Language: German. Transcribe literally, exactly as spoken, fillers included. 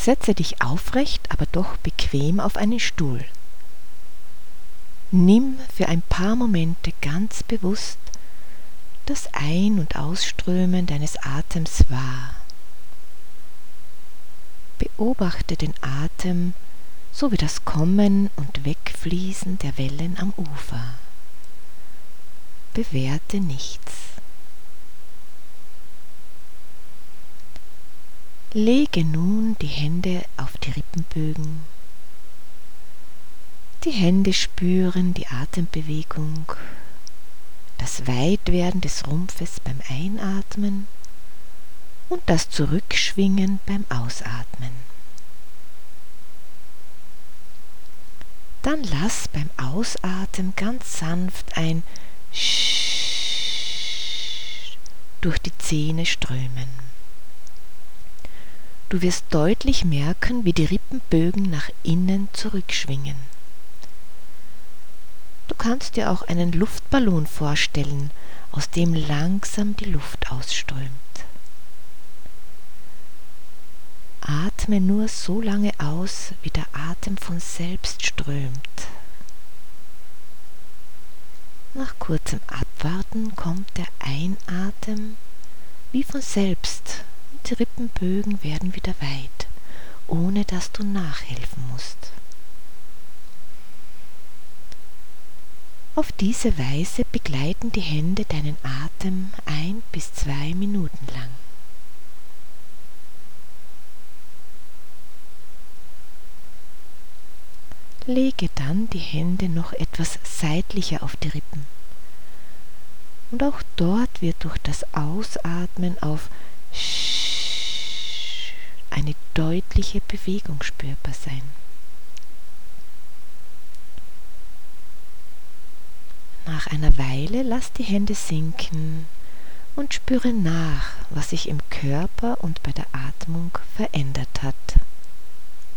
Setze dich aufrecht, aber doch bequem auf einen Stuhl. Nimm für ein paar Momente ganz bewusst das Ein- und Ausströmen deines Atems wahr. Beobachte den Atem sowie das Kommen und Wegfließen der Wellen am Ufer. Bewerte nichts. Lege nun die Hände auf die Rippenbögen. Die Hände spüren die Atembewegung, das Weitwerden des Rumpfes beim Einatmen und das Zurückschwingen beim Ausatmen. Dann lass beim Ausatmen ganz sanft ein Sch durch die Zähne strömen. Du wirst deutlich merken, wie die Rippenbögen nach innen zurückschwingen. Du kannst dir auch einen Luftballon vorstellen, aus dem langsam die Luft ausströmt. Atme nur so lange aus, wie der Atem von selbst strömt. Nach kurzem Abwarten kommt der Einatem wie von selbst und die Rippenbögen werden wieder weit, ohne dass du nachhelfen musst. Auf diese Weise begleiten die Hände deinen Atem ein bis zwei Minuten lang. Lege dann die Hände noch etwas seitlicher auf die Rippen. Und auch dort wird durch das Ausatmen auf Sch eine deutliche Bewegung spürbar sein. Nach einer Weile lass die Hände sinken und spüre nach, was sich im Körper und bei der Atmung verändert hat.